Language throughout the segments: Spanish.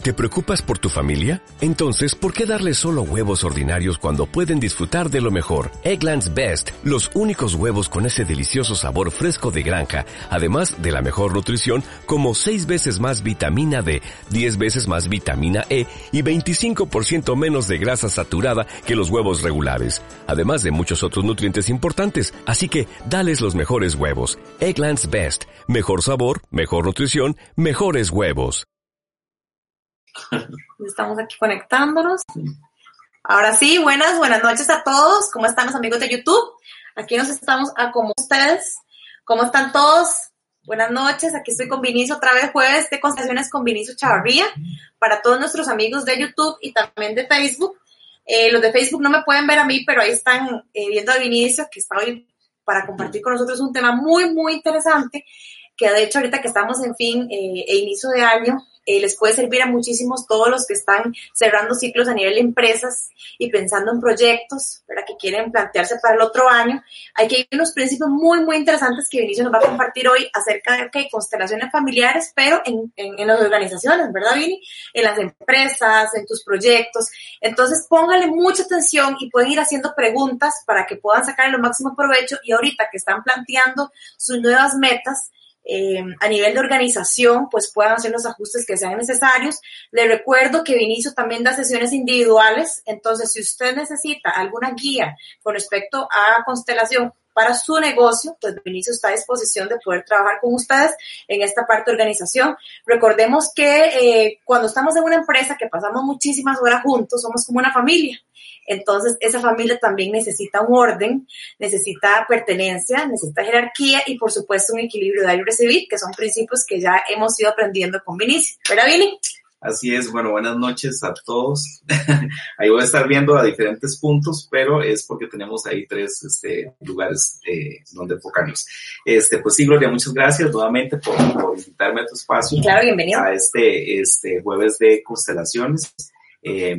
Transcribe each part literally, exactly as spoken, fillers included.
¿Te preocupas por tu familia? Entonces, ¿por qué darles solo huevos ordinarios cuando pueden disfrutar de lo mejor? Eggland's Best, los únicos huevos con ese delicioso sabor fresco de granja, además de la mejor nutrición, como seis veces más vitamina D, diez veces más vitamina E y veinticinco por ciento menos de grasa saturada que los huevos regulares, además de muchos otros nutrientes importantes. Así que, dales los mejores huevos. Eggland's Best, mejor sabor, mejor nutrición, mejores huevos. Estamos aquí conectándonos. Ahora sí, buenas, buenas noches a todos. ¿Cómo están los amigos de YouTube? Aquí nos estamos a como ustedes. ¿Cómo están todos? Buenas noches. Aquí estoy con Vinicio otra vez, jueves de Constelaciones con Vinicio Chavarría. Para todos nuestros amigos de YouTube y también de Facebook. Eh, los de Facebook no me pueden ver a mí, pero ahí están eh, viendo a Vinicio, que está hoy para compartir con nosotros un tema muy, muy interesante, que de hecho ahorita que estamos en fin eh, e inicio de año, Eh, les puede servir a muchísimos todos los que están cerrando ciclos a nivel de empresas y pensando en proyectos, ¿verdad?, que quieren plantearse para el otro año. Hay que ir unos principios muy, muy interesantes que Vinicio nos va a compartir hoy acerca de okay, constelaciones familiares, pero en, en, en las organizaciones, ¿verdad, Vini? En las empresas, en tus proyectos. Entonces, pónganle mucha atención y pueden ir haciendo preguntas para que puedan sacar el máximo provecho, y ahorita que están planteando sus nuevas metas, Eh, a nivel de organización, pues puedan hacer los ajustes que sean necesarios. Les recuerdo que Vinicio también da sesiones individuales, entonces si usted necesita alguna guía con respecto a constelación para su negocio, pues Vinicio está a disposición de poder trabajar con ustedes en esta parte de organización. Recordemos que eh, cuando estamos en una empresa que pasamos muchísimas horas juntos, somos como una familia. Entonces, esa familia también necesita un orden, necesita pertenencia, necesita jerarquía y, por supuesto, un equilibrio de dar y recibir, que son principios que ya hemos ido aprendiendo con Vinicio. ¿Verdad, Vini? Así es. Bueno, buenas noches a todos. Ahí voy a estar viendo a diferentes puntos, pero es porque tenemos ahí tres este, lugares eh, donde enfocarnos. Este, pues sí, Gloria, muchas gracias nuevamente por, por invitarme a tu espacio. Claro, bienvenido. A este, este jueves de constelaciones. Eh,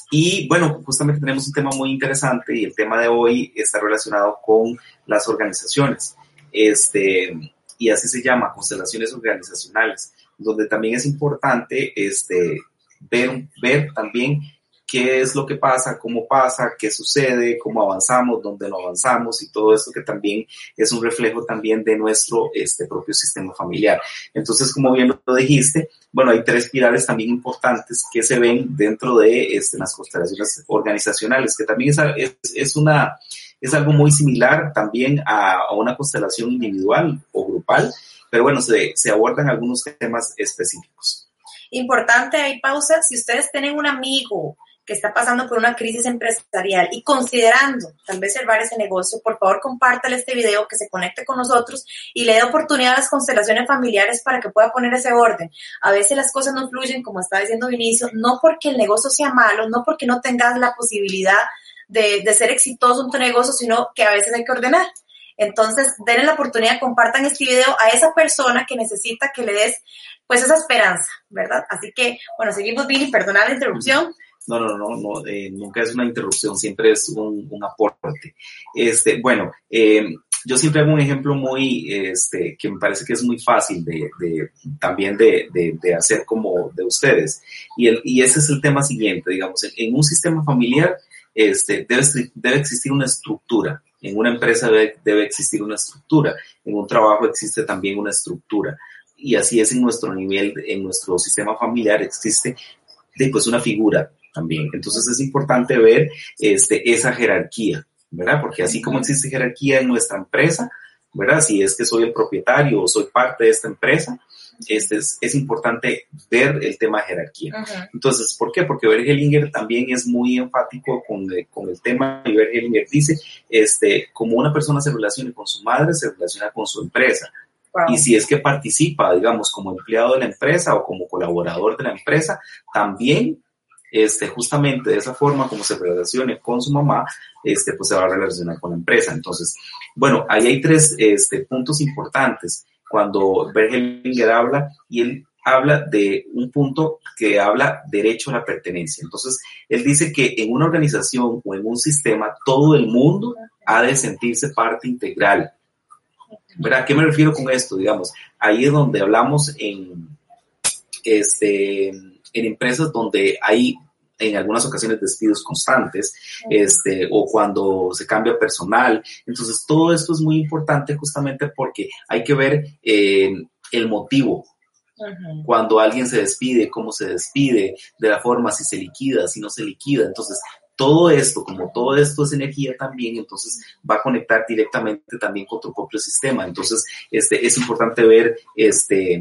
Y bueno, justamente tenemos un tema muy interesante y el tema de hoy está relacionado con las organizaciones. Este, y así se llama, constelaciones organizacionales, donde también es importante este, ver, ver también qué es lo que pasa, cómo pasa, qué sucede, cómo avanzamos, dónde no avanzamos y todo esto que también es un reflejo también de nuestro este, propio sistema familiar. Entonces, como bien lo dijiste, bueno, hay tres pilares también importantes que se ven dentro de este, las constelaciones organizacionales, que también es, es, es, una, es algo muy similar también a, a una constelación individual o grupal, pero bueno, se, se abordan algunos temas específicos. Importante, ahí pausa, si ustedes tienen un amigo que está pasando por una crisis empresarial y considerando tal vez cerrar ese negocio, por favor compártale este video, que se conecte con nosotros y le dé oportunidad a las constelaciones familiares para que pueda poner ese orden. A veces las cosas no fluyen, como está diciendo Vinicio, no porque el negocio sea malo, no porque no tengas la posibilidad de, de ser exitoso en tu negocio, sino que a veces hay que ordenar. Entonces, denle la oportunidad, compartan este video a esa persona que necesita que le des pues esa esperanza, ¿verdad? Así que, bueno, seguimos, Vini, perdona la interrupción. No, no, no, no eh, nunca es una interrupción, siempre es un, un aporte. Este, bueno, eh, yo siempre hago un ejemplo muy, este, que me parece que es muy fácil de, de también de, de, de hacer como de ustedes. Y, el, y ese es el tema siguiente, digamos, en, en un sistema familiar este, debe, debe existir una estructura. En una empresa debe, debe existir una estructura. En un trabajo existe también una estructura. Y así es en nuestro nivel, en nuestro sistema familiar existe pues una figura también. Entonces es importante ver este, esa jerarquía, ¿verdad? Porque así como existe jerarquía en nuestra empresa, ¿verdad? Si es que soy el propietario o soy parte de esta empresa, este es, es importante ver el tema de jerarquía. Uh-huh. Entonces, ¿por qué? Porque Bert Hellinger también es muy enfático con, con el tema, y Bert Hellinger dice, este, como una persona se relaciona con su madre, se relaciona con su empresa. Wow. Y si es que participa, digamos, como empleado de la empresa o como colaborador de la empresa, también Este, justamente de esa forma como se relacione con su mamá, este, pues se va a relacionar con la empresa. Entonces, bueno, ahí hay tres este, puntos importantes cuando Bert Hellinger habla, y él habla de un punto que habla derecho a la pertenencia. Entonces, él dice que en una organización o en un sistema, todo el mundo ha de sentirse parte integral. ¿Verdad? ¿A qué me refiero con esto? Digamos, ahí es donde hablamos en, este, en empresas donde hay en algunas ocasiones despidos constantes, este, o cuando se cambia personal. Entonces, todo esto es muy importante justamente porque hay que ver eh, el motivo. Uh-huh. Cuando alguien se despide, cómo se despide, de la forma, si se liquida, si no se liquida. Entonces, todo esto, como todo esto es energía también, entonces va a conectar directamente también con tu propio sistema. Entonces, este, es importante ver este,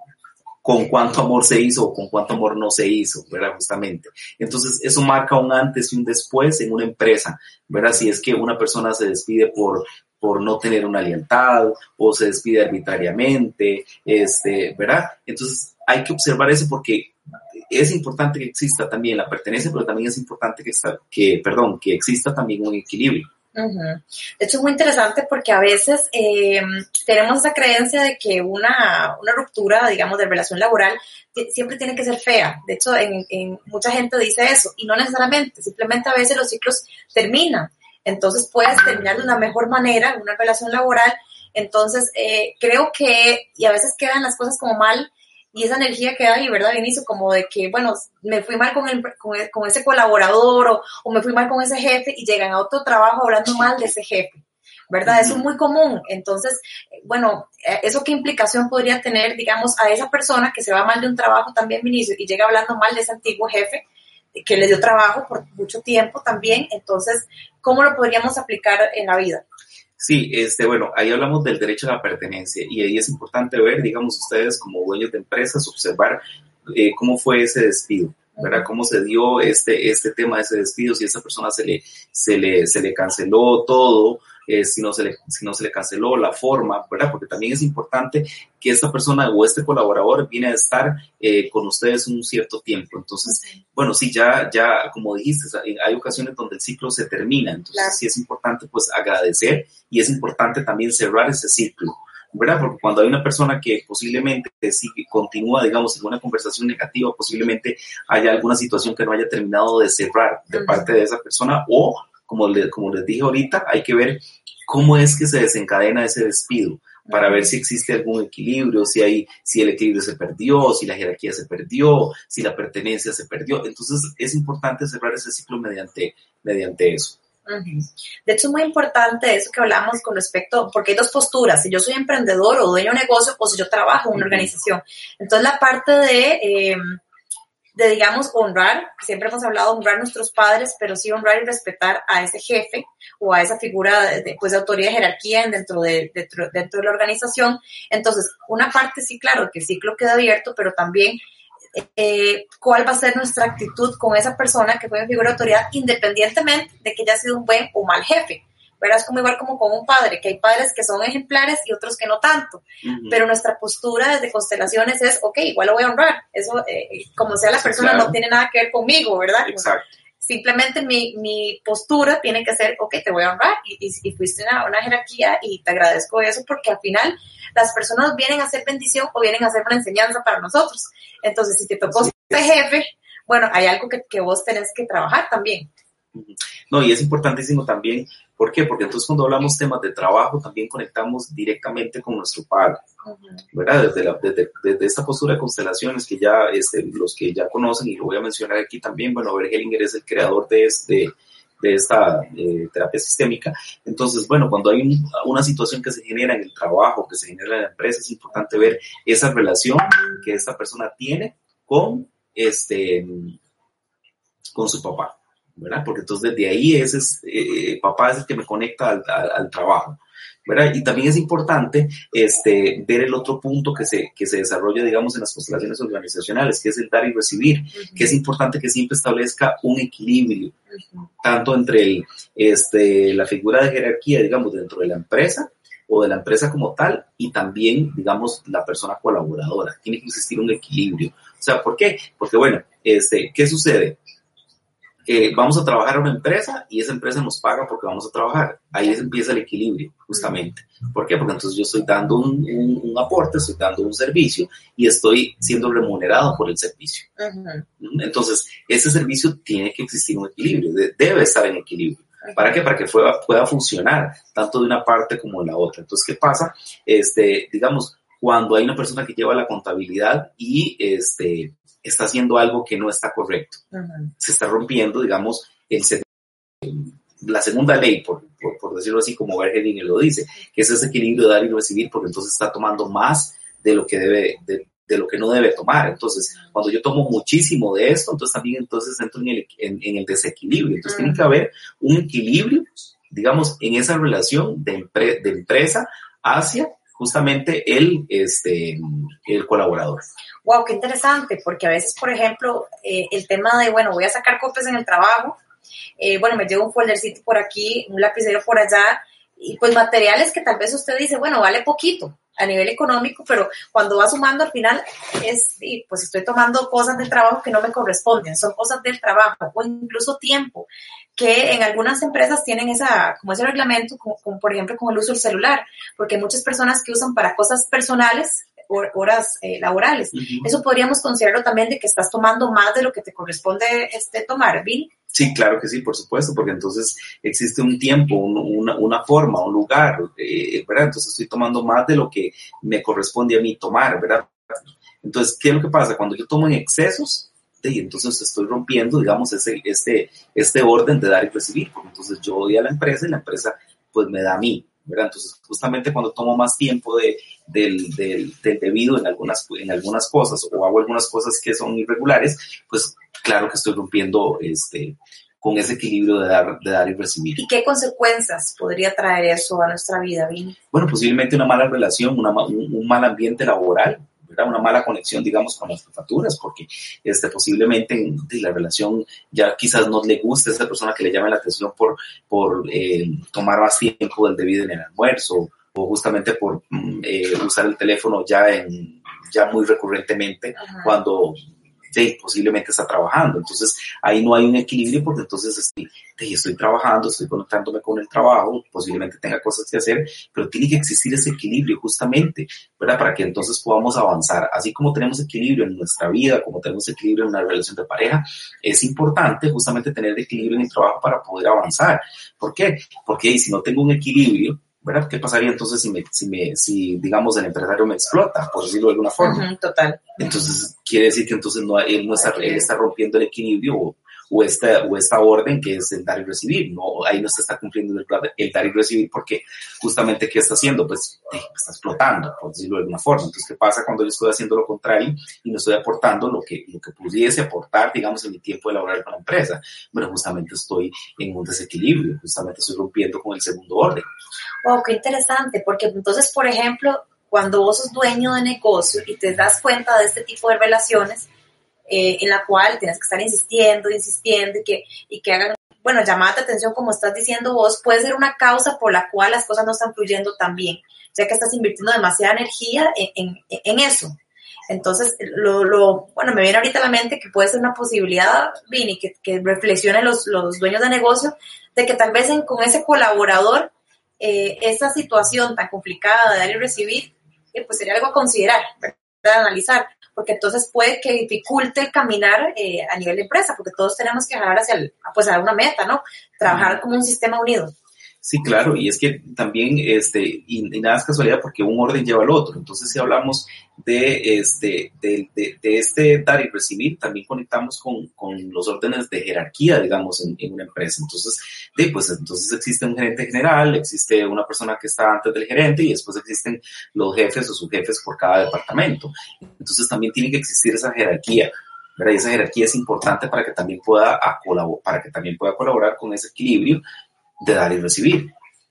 con cuánto amor se hizo o con cuánto amor no se hizo, ¿verdad? Justamente. Entonces, eso marca un antes y un después en una empresa, ¿verdad? Si es que una persona se despide por, por no tener una lealtad o se despide arbitrariamente, este, ¿verdad? Entonces, hay que observar eso porque es importante que exista también la pertenencia, pero también es importante que, que, perdón, que exista también un equilibrio. Uh-huh. De hecho, es muy interesante porque a veces eh, tenemos esa creencia de que una, una ruptura, digamos, de relación laboral t- siempre tiene que ser fea. De hecho, en, en mucha gente dice eso y no necesariamente, simplemente a veces los ciclos terminan. Entonces, puedes terminar de una mejor manera una relación laboral. Entonces, eh, creo que, y a veces quedan las cosas como mal, y esa energía queda ahí, ¿verdad? Al inicio, como de que, bueno, me fui mal con, el, con, el, con ese colaborador o, o me fui mal con ese jefe y llegan a otro trabajo hablando mal de ese jefe, ¿verdad? Eso es muy común. Entonces, bueno, ¿eso qué implicación podría tener, digamos, a esa persona que se va mal de un trabajo también al inicio y llega hablando mal de ese antiguo jefe que le dio trabajo por mucho tiempo también? Entonces, ¿cómo lo podríamos aplicar en la vida? Sí, este, bueno, ahí hablamos del derecho a la pertenencia y ahí es importante ver, digamos, ustedes como dueños de empresas, observar eh, cómo fue ese despido, ¿verdad? Cómo se dio este, este tema de ese despido, si a esa persona se le, se le, se le canceló todo, eh, si, no se le, si no se le canceló la forma, ¿verdad? Porque también es importante que esta persona o este colaborador viene a estar eh, con ustedes un cierto tiempo. Entonces, bueno, sí, ya, ya, como dijiste, hay ocasiones donde el ciclo se termina, entonces claro, sí es importante pues agradecer y es importante también cerrar ese ciclo, ¿verdad? Porque cuando hay una persona que posiblemente sigue, continúa, digamos, en una conversación negativa, posiblemente haya alguna situación que no haya terminado de cerrar de parte de esa persona o, como, le, como les dije ahorita, hay que ver cómo es que se desencadena ese despido para ver si existe algún equilibrio, si hay, si el equilibrio se perdió, si la jerarquía se perdió, si la pertenencia se perdió. Entonces, es importante cerrar ese ciclo mediante, mediante eso. Uh-huh. De hecho, es muy importante eso que hablamos con respecto, porque hay dos posturas, si yo soy emprendedor o dueño de negocio o si yo trabajo en una uh-huh. organización. Entonces, la parte de, eh, de, digamos, honrar, siempre hemos hablado de honrar a nuestros padres, pero sí honrar y respetar a ese jefe o a esa figura de, de, pues, de autoridad y jerarquía dentro de, dentro, dentro de la organización. Entonces, una parte sí, claro, que el ciclo queda abierto, pero también Eh, cuál va a ser nuestra actitud con esa persona que fue mi figura de autoridad, independientemente de que haya sido un buen o mal jefe, ¿verdad? Es como igual como con un padre, que hay padres que son ejemplares y otros que no tanto, uh-huh. pero nuestra postura desde Constelaciones es, ok, igual lo voy a honrar, eso, eh, como sea la persona, claro, no tiene nada que ver conmigo, ¿verdad? Exacto. Simplemente mi, mi postura tiene que ser, ok, te voy a honrar y, y, y fuiste una, una jerarquía y te agradezco eso porque al final las personas vienen a hacer bendición o vienen a hacer una enseñanza para nosotros. Entonces, si te tocó sí, ser jefe, bueno, hay algo que, que vos tenés que trabajar también. No, y es importantísimo también, ¿por qué? Porque entonces cuando hablamos temas de trabajo también conectamos directamente con nuestro padre, uh-huh. ¿verdad? Desde, la, desde, desde esta postura de constelaciones que ya, este, los que ya conocen, y lo voy a mencionar aquí también, bueno, Bert Hellinger es el creador de este, de esta eh, terapia sistémica. Entonces, bueno, cuando hay un, una situación que se genera en el trabajo, que se genera en la empresa, es importante ver esa relación que esta persona tiene con, este, con su papá, ¿verdad? Porque entonces desde ahí ese es, eh, papá es el que me conecta al, al, al trabajo, ¿verdad? Y también es importante este, ver el otro punto que se, que se desarrolla, digamos, en las constelaciones organizacionales, que es el dar y recibir, uh-huh. que es importante que siempre establezca un equilibrio, uh-huh. tanto entre el, este, la figura de jerarquía, digamos, dentro de la empresa o de la empresa como tal, y también, digamos, la persona colaboradora. Tiene que existir un equilibrio. O sea, ¿por qué? Porque, bueno, este, ¿qué sucede? Eh, vamos a trabajar en una empresa y esa empresa nos paga porque vamos a trabajar. Ahí empieza el equilibrio, justamente. ¿Por qué? Porque entonces yo estoy dando un, un, un aporte, estoy dando un servicio y estoy siendo remunerado por el servicio. Uh-huh. Entonces, ese servicio tiene que existir un equilibrio, de, debe estar en equilibrio. Uh-huh. ¿Para qué? Para que pueda, pueda funcionar tanto de una parte como de la otra. Entonces, ¿qué pasa? Este, digamos, cuando hay una persona que lleva la contabilidad y este, está haciendo algo que no está correcto. Uh-huh. Se está rompiendo, digamos, el, la segunda ley, por, por, por decirlo así, como Bergedin lo dice, que es ese equilibrio de dar y recibir, porque entonces está tomando más de lo que debe, de, de lo que no debe tomar. Entonces, cuando yo tomo muchísimo de esto, entonces también entonces entro en el, en, en el desequilibrio. Entonces, uh-huh. tiene que haber un equilibrio, digamos, en esa relación de, empre, de empresa hacia justamente el, este, el colaborador. Wow, qué interesante, porque a veces, por ejemplo, eh, el tema de, bueno, voy a sacar copias en el trabajo, eh, bueno, me llevo un foldercito por aquí, un lapicero por allá, y pues materiales que tal vez usted dice, bueno, vale poquito a nivel económico, pero cuando va sumando al final es, y pues estoy tomando cosas del trabajo que no me corresponden, son cosas del trabajo, o incluso tiempo, que en algunas empresas tienen esa, como ese reglamento, como, como por ejemplo con el uso del celular, porque hay muchas personas que usan para cosas personales, horas eh, laborales. Uh-huh. Eso podríamos considerarlo también de que estás tomando más de lo que te corresponde este, tomar, Bill. Sí, claro que sí, por supuesto, porque entonces existe un tiempo, un, una, una forma, un lugar, eh, ¿verdad? Entonces estoy tomando más de lo que me corresponde a mí tomar, ¿verdad? Entonces, ¿qué es lo que pasa? Cuando yo tomo en excesos, y entonces estoy rompiendo, digamos, ese, este, este orden de dar y recibir, porque entonces yo doy a la empresa y la empresa pues me da a mí, ¿verdad? Entonces, justamente cuando tomo más tiempo de, del, del, del debido en algunas, en algunas cosas o hago algunas cosas que son irregulares, pues claro que estoy rompiendo este, con ese equilibrio de dar, de dar y recibir. ¿Y qué consecuencias podría traer eso a nuestra vida, Vini? Bueno, posiblemente una mala relación, una, un, un mal ambiente laboral, ¿verdad? Una mala conexión, digamos, con las jefaturas, porque este, posiblemente en, en la relación ya quizás no le guste a esa persona que le llame la atención por, por eh, tomar más tiempo del debido en el almuerzo, o justamente por eh, usar el teléfono ya, en, ya muy recurrentemente. Ajá. Cuando sí, posiblemente está trabajando. Entonces ahí no hay un equilibrio, porque entonces estoy, estoy trabajando, estoy conectándome con el trabajo, posiblemente tenga cosas que hacer, pero tiene que existir ese equilibrio justamente, ¿verdad? Para que entonces podamos avanzar. Así como tenemos equilibrio en nuestra vida, como tenemos equilibrio en una relación de pareja, es importante justamente tener equilibrio en el trabajo para poder avanzar. ¿Por qué? Porque si no tengo un equilibrio, ¿verdad? ¿Qué pasaría entonces si, me, si, me, si, digamos, el empresario me explota, por decirlo de alguna forma? Uh-huh, total. Entonces, quiere decir que entonces no, él, no está, él está rompiendo el equilibrio o, o, esta, o esta orden que es el dar y recibir. No, ahí no se está cumpliendo el, el dar y recibir, porque justamente, ¿qué está haciendo? Pues eh, está explotando, por decirlo de alguna forma. Entonces, ¿qué pasa cuando yo estoy haciendo lo contrario y no estoy aportando lo que, lo que pudiese aportar, digamos, en mi tiempo de laborar con la empresa? Bueno, justamente estoy en un desequilibrio, justamente estoy rompiendo con el segundo orden. Wow, qué interesante, porque entonces, por ejemplo, cuando vos sos dueño de negocio y te das cuenta de este tipo de relaciones, eh, en la cual tienes que estar insistiendo, insistiendo y que, y que hagan, bueno, llamada de atención, como estás diciendo vos, puede ser una causa por la cual las cosas no están fluyendo tan bien, ya que estás invirtiendo demasiada energía en, en, en eso. Entonces, lo, lo, bueno, me viene ahorita a la mente que puede ser una posibilidad, Vini, que, que reflexionen los, los dueños de negocio, de que tal vez en, con ese colaborador, eh, esa situación tan complicada de dar y recibir, eh, pues sería algo a considerar, ¿verdad? A analizar, porque entonces puede que dificulte el caminar eh, a nivel de empresa, porque todos tenemos que jalar hacia el, pues a una meta, ¿no? Trabajar como un sistema unido. Sí, claro, y es que también, este, y, y nada es casualidad porque un orden lleva al otro. Entonces, si hablamos de este, de, de, de este dar y recibir, también conectamos con, con los órdenes de jerarquía, digamos, en, en una empresa. Entonces, de, pues, entonces existe un gerente general, existe una persona que está antes del gerente y después existen los jefes o subjefes por cada departamento. Entonces, también tiene que existir esa jerarquía, ¿verdad? Y esa jerarquía es importante para que también pueda, a colabor- para que también pueda colaborar con ese equilibrio de dar y recibir.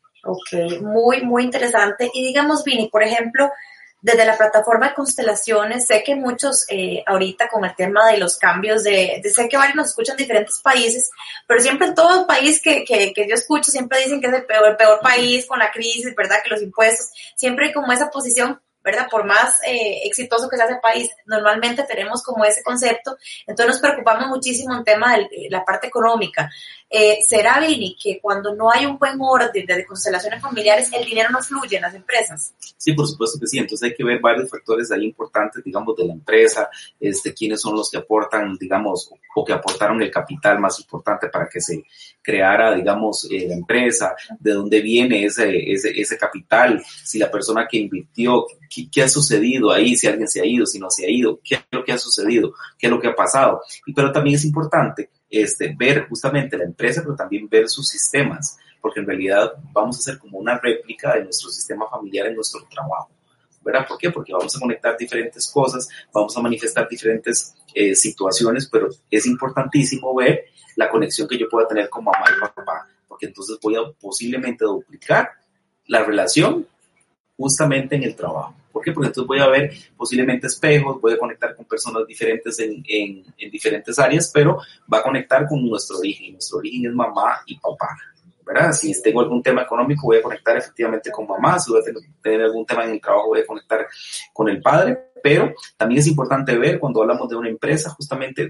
Ok, muy, muy interesante. Y digamos, Vini, por ejemplo, desde la plataforma de constelaciones, sé que muchos eh, ahorita con el tema de los cambios, de, de sé que varios nos escuchan en diferentes países, pero siempre en todo país que, que, que yo escucho, siempre dicen que es el peor, el peor país con la crisis, ¿verdad? Que los impuestos, siempre hay como esa posición, ¿verdad? Por más eh, exitoso que sea ese país, normalmente tenemos como ese concepto, entonces nos preocupamos muchísimo en tema de la parte económica. Eh, ¿Será, Vini, que cuando no hay un buen orden de constelaciones familiares, el dinero no fluye en las empresas? Sí, por supuesto que sí. Entonces hay que ver varios factores ahí importantes, digamos, de la empresa, este, quiénes son los que aportan, digamos, o que aportaron el capital más importante para que se creara, digamos, eh, la empresa, de dónde viene ese, ese, ese capital, si la persona que invirtió, qué, qué ha sucedido ahí, si alguien se ha ido, si no se ha ido, qué es lo que ha sucedido, qué es lo que ha pasado. Y, pero también es importante este, ver justamente la empresa, pero también ver sus sistemas, porque en realidad vamos a hacer como una réplica de nuestro sistema familiar en nuestro trabajo, ¿verdad? ¿Por qué? Porque vamos a conectar diferentes cosas, vamos a manifestar diferentes eh, situaciones, pero es importantísimo ver la conexión que yo pueda tener con mamá y papá, porque entonces voy a posiblemente duplicar la relación justamente en el trabajo. ¿Por qué? Porque entonces voy a ver posiblemente espejos, voy a conectar con personas diferentes en, en, en diferentes áreas, pero va a conectar con nuestro origen. Nuestro origen es mamá y papá, ¿verdad? Si tengo algún tema económico, voy a conectar efectivamente con mamá. Si voy a tener, tener algún tema en el trabajo, voy a conectar con el padre. Pero también es importante ver, cuando hablamos de una empresa, justamente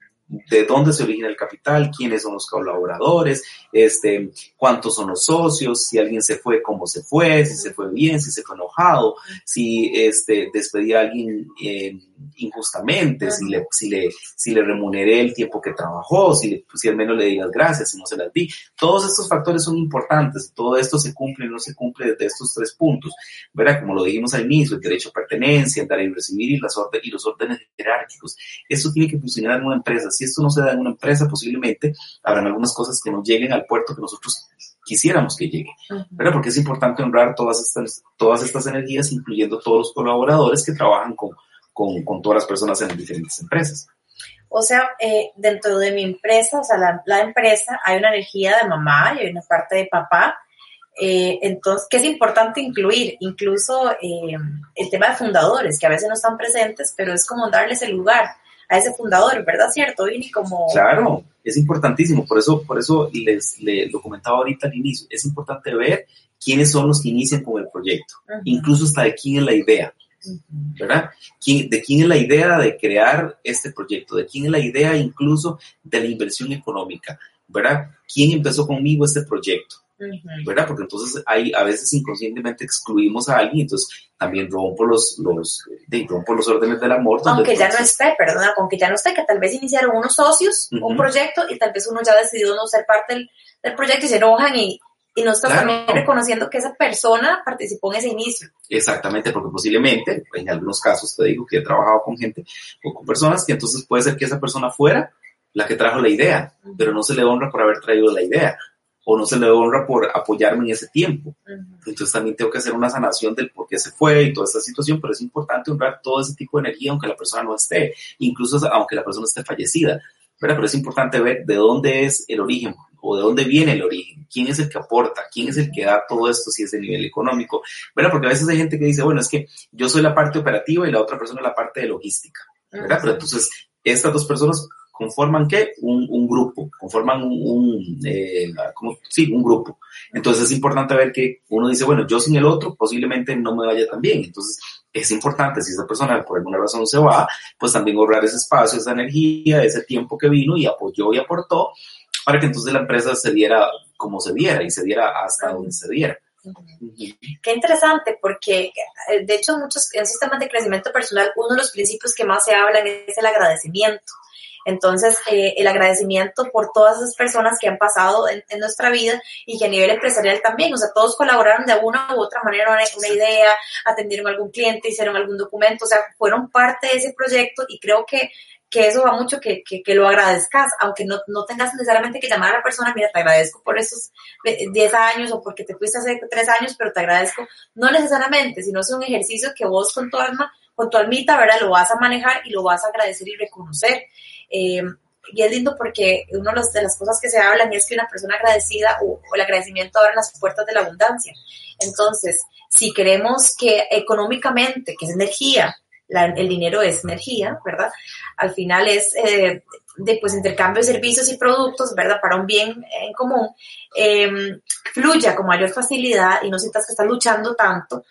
de dónde se origina el capital, quiénes son los colaboradores, este, cuántos son los socios, si alguien se fue, cómo se fue, si se fue bien, si se fue enojado, si este, despedí a alguien eh, injustamente, si le, si, le, si le remuneré el tiempo que trabajó, si, le, si al menos le di las gracias, si no se las di. Todos estos factores son importantes, todo esto se cumple y no se cumple desde estos tres puntos, ¿verdad? Como lo dijimos al inicio, el derecho a pertenencia, el dar y recibir y, las orden, y los órdenes jerárquicos. Esto tiene que funcionar en una empresa. Si esto no se da en una empresa, posiblemente habrán algunas cosas que no lleguen al puerto que nosotros quisiéramos que llegue, ¿verdad? Porque es importante honrar todas estas, todas estas energías, incluyendo todos los colaboradores que trabajan con, con, con todas las personas en las diferentes empresas. O sea, eh, dentro de mi empresa, o sea, la, la empresa, hay una energía de mamá y hay una parte de papá, eh, entonces, que es importante incluir, incluso eh, el tema de fundadores, que a veces no están presentes, pero es como darles el lugar a ese fundador, ¿verdad? ¿Cierto, Vini? Como... Claro, es importantísimo, por eso, por eso les, les lo comentaba ahorita al inicio, es importante ver quiénes son los que inician con el proyecto, uh-huh. Incluso hasta de quién es la idea, uh-huh. ¿Verdad? ¿Quién, de quién es la idea de crear este proyecto, de quién es la idea incluso de la inversión económica, ¿verdad? ¿Quién empezó conmigo este proyecto? Uh-huh. ¿Verdad? Porque entonces hay, a veces inconscientemente excluimos a alguien, entonces también rompo los, los, de, rompo los órdenes del amor. Aunque entonces, ya no esté, perdona, aunque ya no esté, que tal vez iniciaron unos socios, uh-huh. un proyecto, y tal vez uno ya decidió no ser parte del, del proyecto y se enojan y, y no está claro. También reconociendo que esa persona participó en ese inicio. Exactamente, porque posiblemente, en algunos casos te digo que he trabajado con gente o con personas que entonces puede ser que esa persona fuera la que trajo la idea, uh-huh. pero no se le honra por haber traído la idea. O no se le honra por apoyarme en ese tiempo. Uh-huh. Entonces también tengo que hacer una sanación del por qué se fue y toda esta situación, pero es importante honrar todo ese tipo de energía aunque la persona no esté, incluso aunque la persona esté fallecida, ¿verdad? Pero es importante ver de dónde es el origen o de dónde viene el origen, quién es el que aporta, quién es el que da todo esto, si es de nivel económico, ¿verdad? Porque a veces hay gente que dice, bueno, es que yo soy la parte operativa y la otra persona es la parte de logística, ¿verdad? Uh-huh. Pero entonces estas dos personas conforman ¿qué? Un, un grupo, conforman un, un eh, como, sí, un grupo. Entonces es importante ver que uno dice, bueno, yo sin el otro posiblemente no me vaya tan bien. Entonces es importante, si esa persona por alguna razón se va, pues también ahorrar ese espacio, esa energía, ese tiempo que vino y apoyó y aportó para que entonces la empresa se diera como se diera y se diera hasta donde se diera. Uh-huh. Qué interesante, porque de hecho muchos en sistemas de crecimiento personal, uno de los principios que más se hablan es el agradecimiento. Entonces, eh, el agradecimiento por todas esas personas que han pasado en, en nuestra vida y que a nivel empresarial también, o sea, todos colaboraron de una u otra manera, una, una idea, atendieron a algún cliente, hicieron algún documento, o sea, fueron parte de ese proyecto y creo que, que eso va mucho que, que, que lo agradezcas, aunque no, no tengas necesariamente que llamar a la persona, mira, te agradezco por esos diez años o porque te fuiste hace tres años, pero te agradezco, no necesariamente, sino es un ejercicio que vos con tu alma, con tu almita, ¿verdad? Lo vas a manejar y lo vas a agradecer y reconocer. Eh, y es lindo porque una de las cosas que se hablan es que una persona agradecida o, o el agradecimiento abre las puertas de la abundancia. Entonces, si queremos que económicamente, que es energía, la, el dinero es energía, ¿verdad? Al final es eh, de pues intercambio de servicios y productos, ¿verdad? Para un bien en común, eh, fluya con mayor facilidad y no sientas que estás luchando tanto.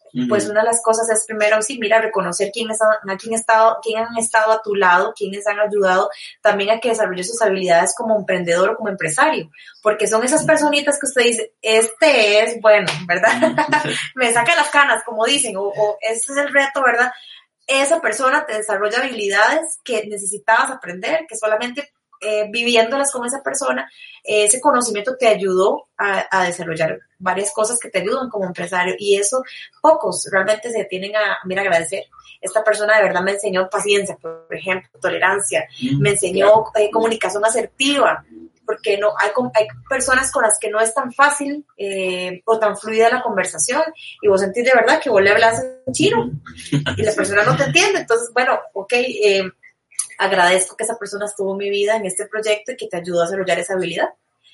Uh-huh. Pues una de las cosas es primero, sí, mira, reconocer quién, es, quién, estado, quién han estado a tu lado, quiénes han ayudado, también a que desarrolle sus habilidades como emprendedor o como empresario, porque son esas personitas que usted dice, este es, bueno, ¿verdad? Uh-huh. Me saca las canas, como dicen, o, o ese es el reto, ¿verdad? Esa persona te desarrolla habilidades que necesitabas aprender, que solamente eh, viviéndolas con esa persona, eh, ese conocimiento te ayudó a, a desarrollar varias cosas que te ayudan como empresario, y eso pocos realmente se tienen a, mira, agradecer. Esta persona de verdad me enseñó paciencia, por ejemplo, tolerancia, mm, me enseñó eh, comunicación asertiva, porque no hay, hay personas con las que no es tan fácil eh, o tan fluida la conversación, y vos sentís de verdad que vos le hablas en chino y la persona no te entiende. Entonces, bueno, ok, eh, agradezco que esa persona estuvo en mi vida en este proyecto y que te ayudó a desarrollar esa habilidad.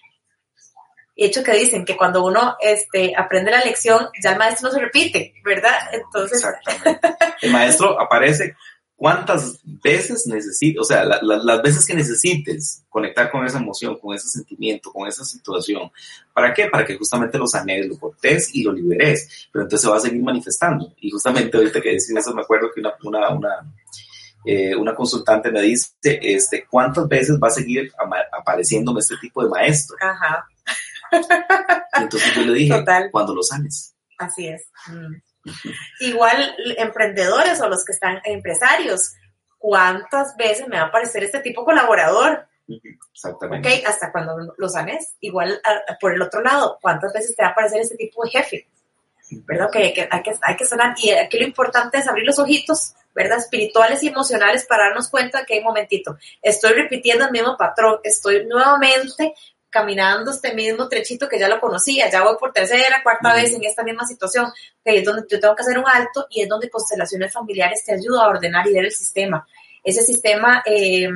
Y hecho que dicen que cuando uno este, aprende la lección, ya el maestro no se repite, ¿verdad? Entonces, exactamente. El maestro aparece cuántas veces necesites, o sea, la, la, las veces que necesites conectar con esa emoción, con ese sentimiento, con esa situación. ¿Para qué? Para que justamente lo sanes, lo cortes y lo liberes. Pero entonces se va a seguir manifestando. Y justamente ahorita que decís eso, me acuerdo que una, una, una, eh, una consultante me dice, este, ¿cuántas veces va a seguir ama- apareciéndome este tipo de maestro? Ajá. Y entonces yo le dije, total, cuando lo sanes. Así es. Mm. Igual emprendedores o los que están empresarios, ¿cuántas veces me va a aparecer este tipo colaborador? Exactamente. Ok, hasta cuando lo sanes. Igual a, por el otro lado, ¿cuántas veces te va a aparecer este tipo de jefe? ¿Verdad? Okay, hay, que, hay, que, hay que sonar. Y aquí lo importante es abrir los ojitos, ¿verdad? Espirituales y emocionales, para darnos cuenta que hay un momentito, estoy repitiendo el mismo patrón, estoy nuevamente caminando este mismo trechito que ya lo conocía, ya voy por tercera, cuarta uh-huh. vez en esta misma situación, que es donde yo tengo que hacer un alto, y es donde constelaciones familiares te ayudan a ordenar y ver el sistema, ese sistema eh,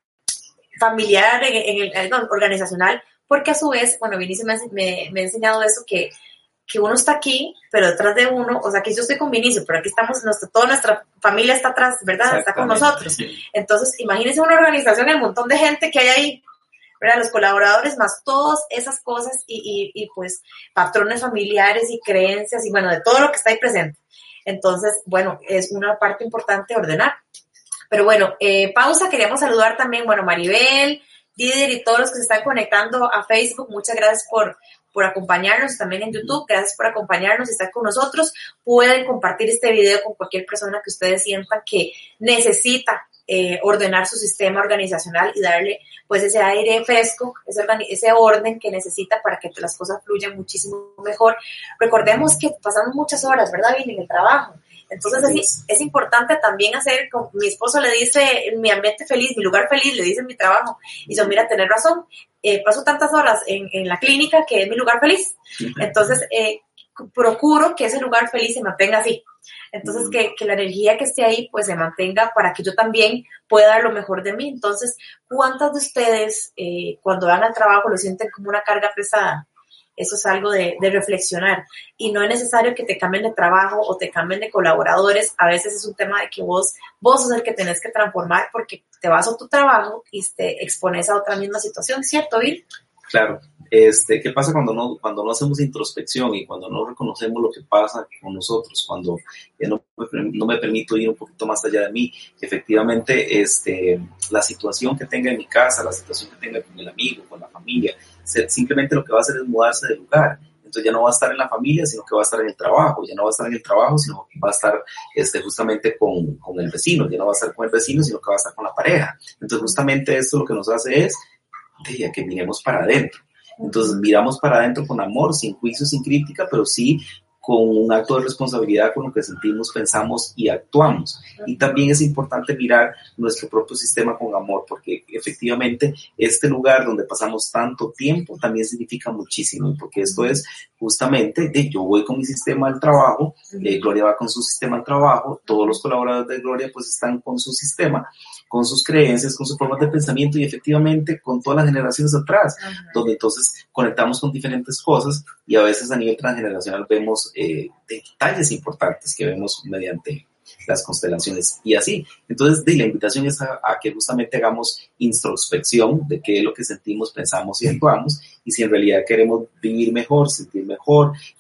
familiar, en, en el, no, organizacional, porque a su vez, bueno, Vinicio me, me, me ha enseñado eso, que, que uno está aquí, pero detrás de uno, o sea, aquí yo estoy con Vinicio, pero aquí estamos, nuestro, toda nuestra familia está atrás, ¿verdad? Está con nosotros. Entonces, imagínense una organización, el montón de gente que hay ahí, ¿verdad? Los colaboradores, más todas esas cosas y, y, y pues patrones familiares y creencias y bueno, de todo lo que está ahí presente. Entonces, bueno, es una parte importante ordenar. Pero bueno, eh, pausa, queríamos saludar también, bueno, Maribel, Didier y todos los que se están conectando a Facebook, muchas gracias por, por acompañarnos, también en YouTube, gracias por acompañarnos y estar con nosotros. Pueden compartir este video con cualquier persona que ustedes sientan que necesita Eh, ordenar su sistema organizacional y darle pues ese aire fresco, ese, organi- ese orden que necesita para que las cosas fluyan muchísimo mejor. Recordemos que pasamos muchas horas, ¿verdad, Vini, en el trabajo? Entonces sí. es, es importante también hacer, como mi esposo le dice, mi ambiente feliz, mi lugar feliz, le dice en mi trabajo, y yo, mira, tener razón, eh, paso tantas horas en, en la clínica que es mi lugar feliz. Entonces eh, procuro que ese lugar feliz se mantenga así. Entonces, que, que la energía que esté ahí, pues, se mantenga para que yo también pueda dar lo mejor de mí. Entonces, ¿cuántos de ustedes, eh, cuando van al trabajo, lo sienten como una carga pesada? Eso es algo de, de reflexionar. Y no es necesario que te cambien de trabajo o te cambien de colaboradores. A veces es un tema de que vos, vos sos el que tenés que transformar, porque te vas a tu trabajo y te expones a otra misma situación, ¿cierto, Bill? Claro. Este, ¿qué pasa cuando no, cuando no hacemos introspección y cuando no reconocemos lo que pasa con nosotros, cuando eh, no, no me permito ir un poquito más allá de mí? Efectivamente, este, la situación que tenga en mi casa, la situación que tenga con el amigo, con la familia, se, simplemente lo que va a hacer es mudarse de lugar. Entonces ya no va a estar en la familia, sino que va a estar en el trabajo, ya no va a estar en el trabajo, sino que va a estar este, justamente con, con el vecino, ya no va a estar con el vecino, sino que va a estar con la pareja. Entonces justamente esto lo que nos hace es de, que miremos para adentro. Entonces miramos para adentro con amor, sin juicio, sin crítica, pero sí con un acto de responsabilidad con lo que sentimos, pensamos y actuamos. Y también es importante mirar nuestro propio sistema con amor, porque efectivamente este lugar donde pasamos tanto tiempo también significa muchísimo, porque esto es justamente de yo voy con mi sistema al trabajo, eh, Gloria va con su sistema al trabajo, todos los colaboradores de Gloria pues están con su sistema, con sus creencias, con sus formas de pensamiento y efectivamente con todas las generaciones atrás, uh-huh. donde entonces conectamos con diferentes cosas y a veces a nivel transgeneracional vemos eh, detalles importantes que vemos mediante las constelaciones y así. Entonces, de, la invitación es a, a que justamente hagamos introspección de qué es lo que sentimos, pensamos y actuamos, y si en realidad queremos vivir mejor, sentir mejor,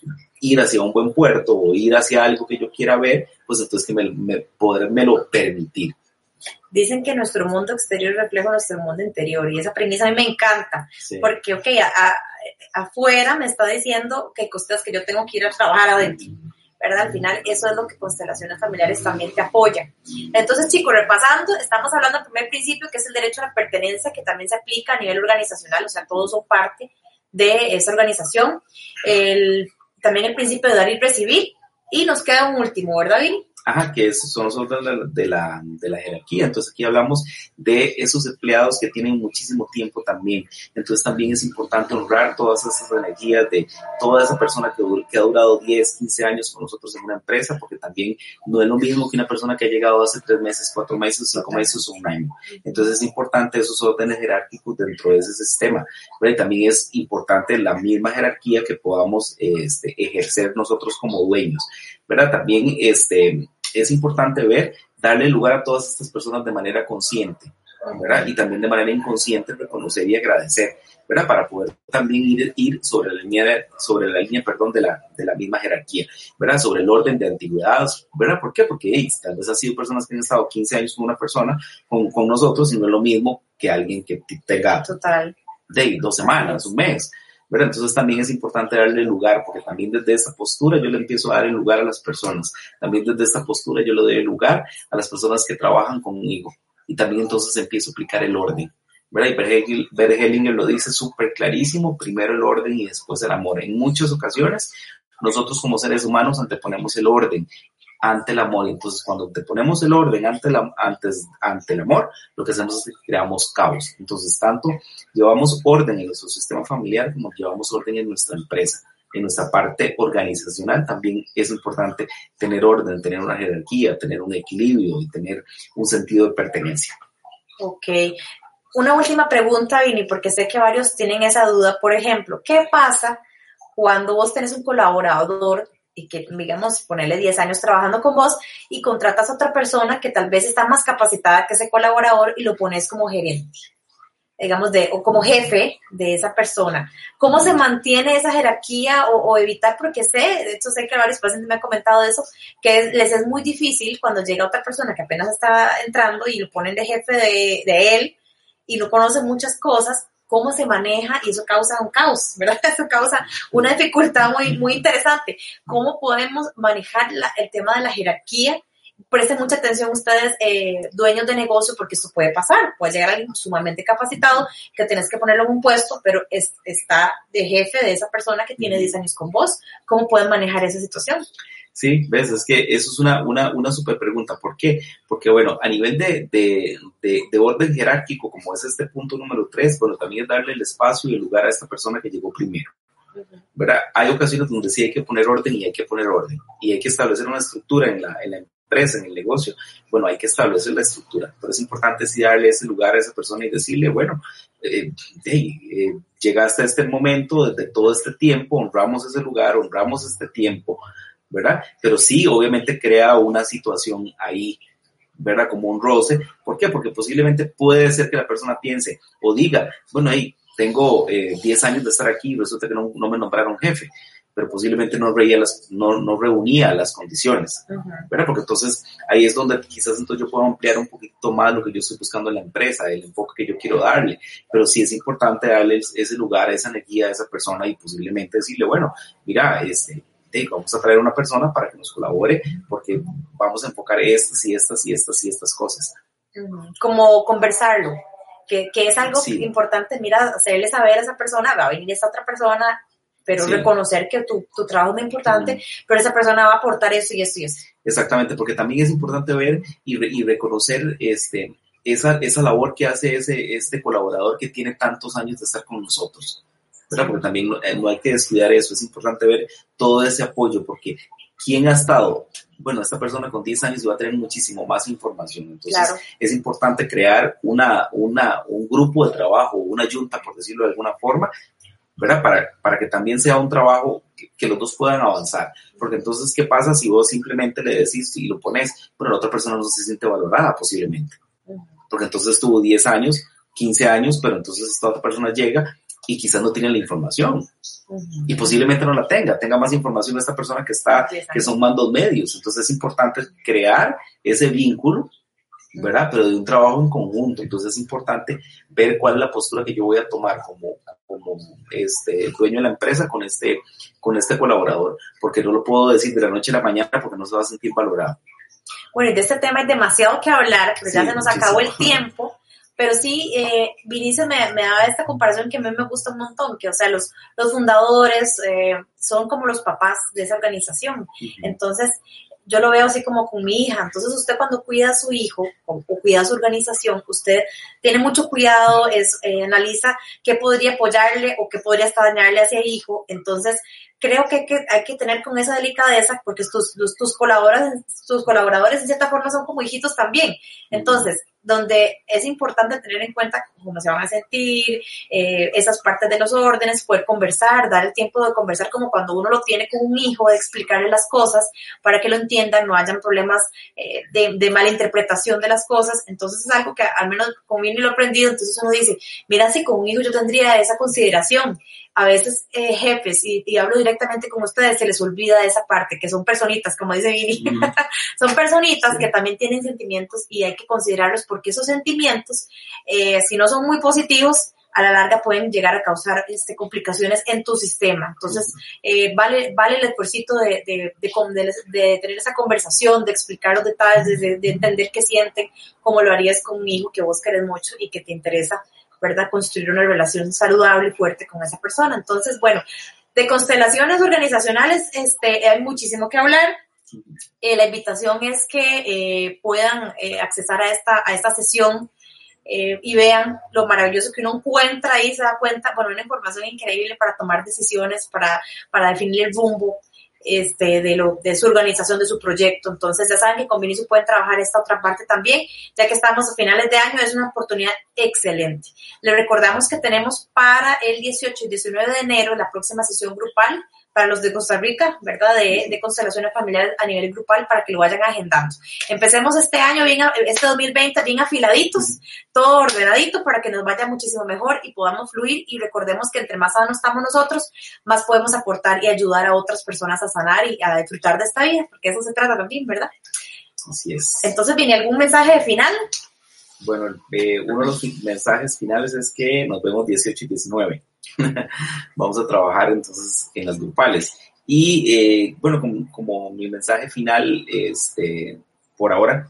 ir hacia un buen puerto o ir hacia algo que yo quiera ver, pues entonces que me, me, podérmelo permitir. Dicen que nuestro mundo exterior refleja nuestro mundo interior y esa premisa a mí me encanta, sí. Porque, ok, a, a, afuera me está diciendo que hay cosas que yo tengo que ir a trabajar adentro, ¿verdad? Al final eso es lo que constelaciones familiares también te apoyan. Entonces, chicos, repasando, estamos hablando del primer principio, que es el derecho a la pertenencia, que también se aplica a nivel organizacional, o sea, todos son parte de esa organización. El, también el principio de dar y recibir, y nos queda un último, ¿verdad, Vini? Ajá, que esos son los órdenes de la, de, la, de la jerarquía. Entonces aquí hablamos de esos empleados que tienen muchísimo tiempo también. Entonces también es importante honrar todas esas energías de toda esa persona que, que ha durado diez, quince años con nosotros en una empresa, porque también no es lo mismo que una persona que ha llegado hace tres meses, cuatro meses, cinco meses o un año. Entonces es importante esos órdenes jerárquicos dentro de ese sistema. Pero también es importante la misma jerarquía que podamos este, ejercer nosotros como dueños, ¿verdad? También este, es importante ver, darle lugar a todas estas personas de manera consciente, ¿verdad? Y también de manera inconsciente reconocer y agradecer, ¿verdad? Para poder también ir, ir sobre la línea, de, sobre la línea, perdón, de la, de la misma jerarquía, ¿verdad? Sobre el orden de antigüedades, ¿verdad? ¿Por qué? Porque hey, tal vez ha sido personas que han estado quince años con una persona, con, con nosotros, y no es lo mismo que alguien que tenga Total. de dos semanas, un mes, ¿verdad? Entonces también es importante darle lugar, porque también desde esta postura yo le empiezo a dar el lugar a las personas, también desde esta postura yo le doy el lugar a las personas que trabajan conmigo, y también entonces empiezo a aplicar el orden, ¿verdad? Y Bert Hellinger lo dice súper clarísimo, primero el orden y después el amor. En muchas ocasiones nosotros como seres humanos anteponemos el orden ante el amor, y entonces cuando anteponemos el orden ante, la, antes, ante el amor, lo que hacemos es que creamos caos. Entonces tanto llevamos orden en nuestro sistema familiar como llevamos orden en nuestra empresa. En nuestra parte organizacional también es importante tener orden, tener una jerarquía, tener un equilibrio y tener un sentido de pertenencia. Ok. Una última pregunta, Vini, porque sé que varios tienen esa duda. Por ejemplo, ¿qué pasa cuando vos tenés un colaborador y que, digamos, ponerle diez años trabajando con vos y contratas a otra persona que tal vez está más capacitada que ese colaborador y lo pones como gerente, digamos, de, o como jefe de esa persona? ¿Cómo se mantiene esa jerarquía o, o evitar? Porque sé, de hecho sé que varios pacientes me han comentado eso, que es, les es muy difícil cuando llega otra persona que apenas está entrando y lo ponen de jefe de, de él y no conoce muchas cosas, cómo se maneja, y eso causa un caos, ¿verdad? Eso causa una dificultad muy, muy interesante. ¿Cómo podemos manejar la, el tema de la jerarquía? Presten mucha atención ustedes, eh, dueños de negocio, porque esto puede pasar. Puede llegar alguien sumamente capacitado que tienes que ponerlo en un puesto, pero es, está de jefe de esa persona que tiene diez años con vos. ¿Cómo pueden manejar esa situación? Sí, ves, es que eso es una, una, una súper pregunta. ¿Por qué? Porque, bueno, a nivel de, de, de, de orden jerárquico, como es este punto número tres, bueno, también es darle el espacio y el lugar a esta persona que llegó primero, ¿verdad? Hay ocasiones donde sí hay que poner orden y hay que poner orden, y hay que establecer una estructura en la, en la empresa, en el negocio. Bueno, hay que establecer la estructura, pero es importante sí darle ese lugar a esa persona y decirle, bueno, eh, hey, eh, llegaste a este momento, desde todo este tiempo, honramos ese lugar, honramos este tiempo, ¿verdad? Pero sí, obviamente crea una situación ahí, ¿verdad? Como un roce. ¿Por qué? Porque posiblemente puede ser que la persona piense o diga, bueno, hey, tengo eh, diez años de estar aquí y resulta que no, no me nombraron jefe, pero posiblemente no, reía las, no, no reunía las condiciones, ¿verdad? Porque entonces ahí es donde quizás entonces yo puedo ampliar un poquito más lo que yo estoy buscando en la empresa, el enfoque que yo quiero darle, pero sí es importante darle ese lugar, esa energía a esa persona y posiblemente decirle, bueno, mira, este, hey, vamos a traer una persona para que nos colabore porque vamos a enfocar estas y estas y estas y estas cosas. Como conversarlo, que, que es algo sí. importante, mira, hacerle saber a esa persona, va a venir esta otra persona, pero sí. reconocer que tu, tu trabajo es muy importante, uh-huh. pero esa persona va a aportar eso y esto y esto. Exactamente, porque también es importante ver y, re, y reconocer este, esa, esa labor que hace ese, este colaborador que tiene tantos años de estar con nosotros. ¿Verdad? Porque también no, no hay que descuidar eso, es importante ver todo ese apoyo, porque ¿quién ha estado? Bueno, esta persona con diez años va a tener muchísimo más información, entonces claro. es importante crear una, una, un grupo de trabajo, una junta, por decirlo de alguna forma, ¿verdad? Para, para que también sea un trabajo que, que los dos puedan avanzar, porque entonces, ¿qué pasa si vos simplemente le decís y lo pones, pero la otra persona no se siente valorada posiblemente? Porque entonces tuvo diez años, quince años, pero entonces esta otra persona llega y quizás no tiene la información. Uh-huh. Y posiblemente no la tenga, tenga más información de esta persona que está, que son mandos medios. Entonces es importante crear ese vínculo, ¿verdad? Pero de un trabajo en conjunto. Entonces es importante ver cuál es la postura que yo voy a tomar como, como este, dueño de la empresa con este, con este colaborador, porque no lo puedo decir de la noche a la mañana porque no se va a sentir valorado. Bueno, y de este tema hay demasiado que hablar, pero sí, ya se nos muchísimo. Acabó el tiempo. Pero sí, eh, Vinicio me, me daba esta comparación que a mí me gusta un montón, que o sea, los, los fundadores eh, son como los papás de esa organización. Uh-huh. Entonces, yo lo veo así como con mi hija. Entonces, usted cuando cuida a su hijo o, o cuida a su organización, usted tiene mucho cuidado, es, eh, analiza qué podría apoyarle o qué podría hasta dañarle a ese hijo. Entonces, creo que hay que, hay que tener con esa delicadeza porque tus, tus, tus, colaboradores, tus colaboradores en cierta forma son como hijitos también. Entonces, donde es importante tener en cuenta cómo se van a sentir, eh, esas partes de los órdenes, poder conversar, dar el tiempo de conversar como cuando uno lo tiene con un hijo, de explicarle las cosas para que lo entiendan, no hayan problemas eh, de, de mala interpretación de las cosas. Entonces es algo que al menos conmigo lo he aprendido. Entonces uno dice, mira, si con un hijo yo tendría esa consideración. A veces eh, jefes, y, y hablo directamente con ustedes, se les olvida esa parte, que son personitas, como dice Vini, mm. son personitas sí. que también tienen sentimientos y hay que considerarlos porque esos sentimientos, eh, si no son muy positivos, a la larga pueden llegar a causar este, complicaciones en tu sistema. Entonces, eh, vale, vale el esfuercito de, de, de, de, de tener esa conversación, de explicar los detalles, de, de entender qué sienten, como lo harías con un hijo que vos querés mucho y que te interesa, ¿verdad? Construir una relación saludable y fuerte con esa persona. Entonces, bueno, de constelaciones organizacionales este, hay muchísimo que hablar. Eh, la invitación es que eh, puedan eh, accesar a esta, a esta sesión eh, y vean lo maravilloso que uno encuentra ahí, se da cuenta, bueno, una información increíble para tomar decisiones, para, para definir el rumbo este, de, lo, de su organización, de su proyecto. Entonces ya saben que con Vinicio pueden trabajar esta otra parte también, ya que estamos a finales de año, es una oportunidad excelente. Les recordamos que tenemos para el dieciocho y diecinueve de enero la próxima sesión grupal para los de Costa Rica, ¿verdad? De, de constelaciones familiares a nivel grupal para que lo vayan agendando. Empecemos este año, bien, este dos mil veinte, bien afiladitos, todo ordenadito para que nos vaya muchísimo mejor y podamos fluir. Y recordemos que entre más sanos estamos nosotros, más podemos aportar y ayudar a otras personas a sanar y a disfrutar de esta vida, porque eso se trata también, ¿verdad? Así es. Entonces, ¿viene algún mensaje de final? Bueno, eh, uno de los mensajes finales es que nos vemos dieciocho y diecinueve. Vamos a trabajar entonces en las grupales. Y eh, bueno, como, como mi mensaje final, este, por ahora,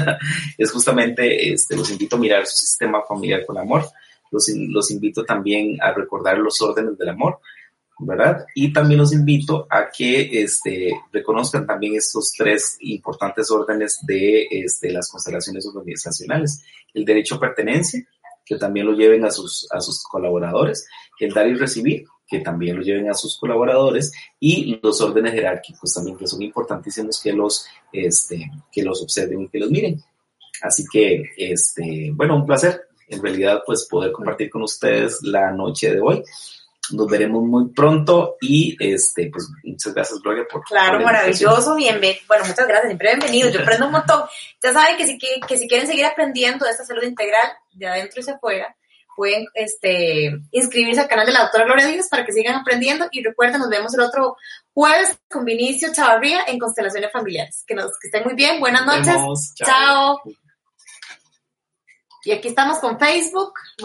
es justamente, este, los invito a mirar su sistema familiar con amor. Los, los invito también a recordar los órdenes del amor, ¿verdad? Y también los invito a que este, reconozcan también estos tres importantes órdenes de este, las constelaciones organizacionales. El derecho a pertenencia, que también lo lleven a sus, a sus colaboradores, el dar y recibir, que también lo lleven a sus colaboradores, y los órdenes jerárquicos también, que son importantísimos que los, este, que los observen y que los miren. Así que, este, bueno, un placer, en realidad, pues poder compartir con ustedes la noche de hoy. Nos veremos muy pronto y este, pues muchas gracias, Gloria, por Claro, por maravilloso, bienvenido. Bueno, muchas gracias, siempre bienvenido. Yo aprendo un montón. Ya saben que si, que, que si quieren seguir aprendiendo de esta salud integral, de adentro y hacia afuera, pueden este, inscribirse al canal de la doctora Gloria Díaz para que sigan aprendiendo. Y recuerden, nos vemos el otro jueves con Vinicio Chavarría en Constelaciones Familiares. Que, nos, que estén muy bien, buenas noches. Nos vemos. Chao. Chao. Y aquí estamos con Facebook.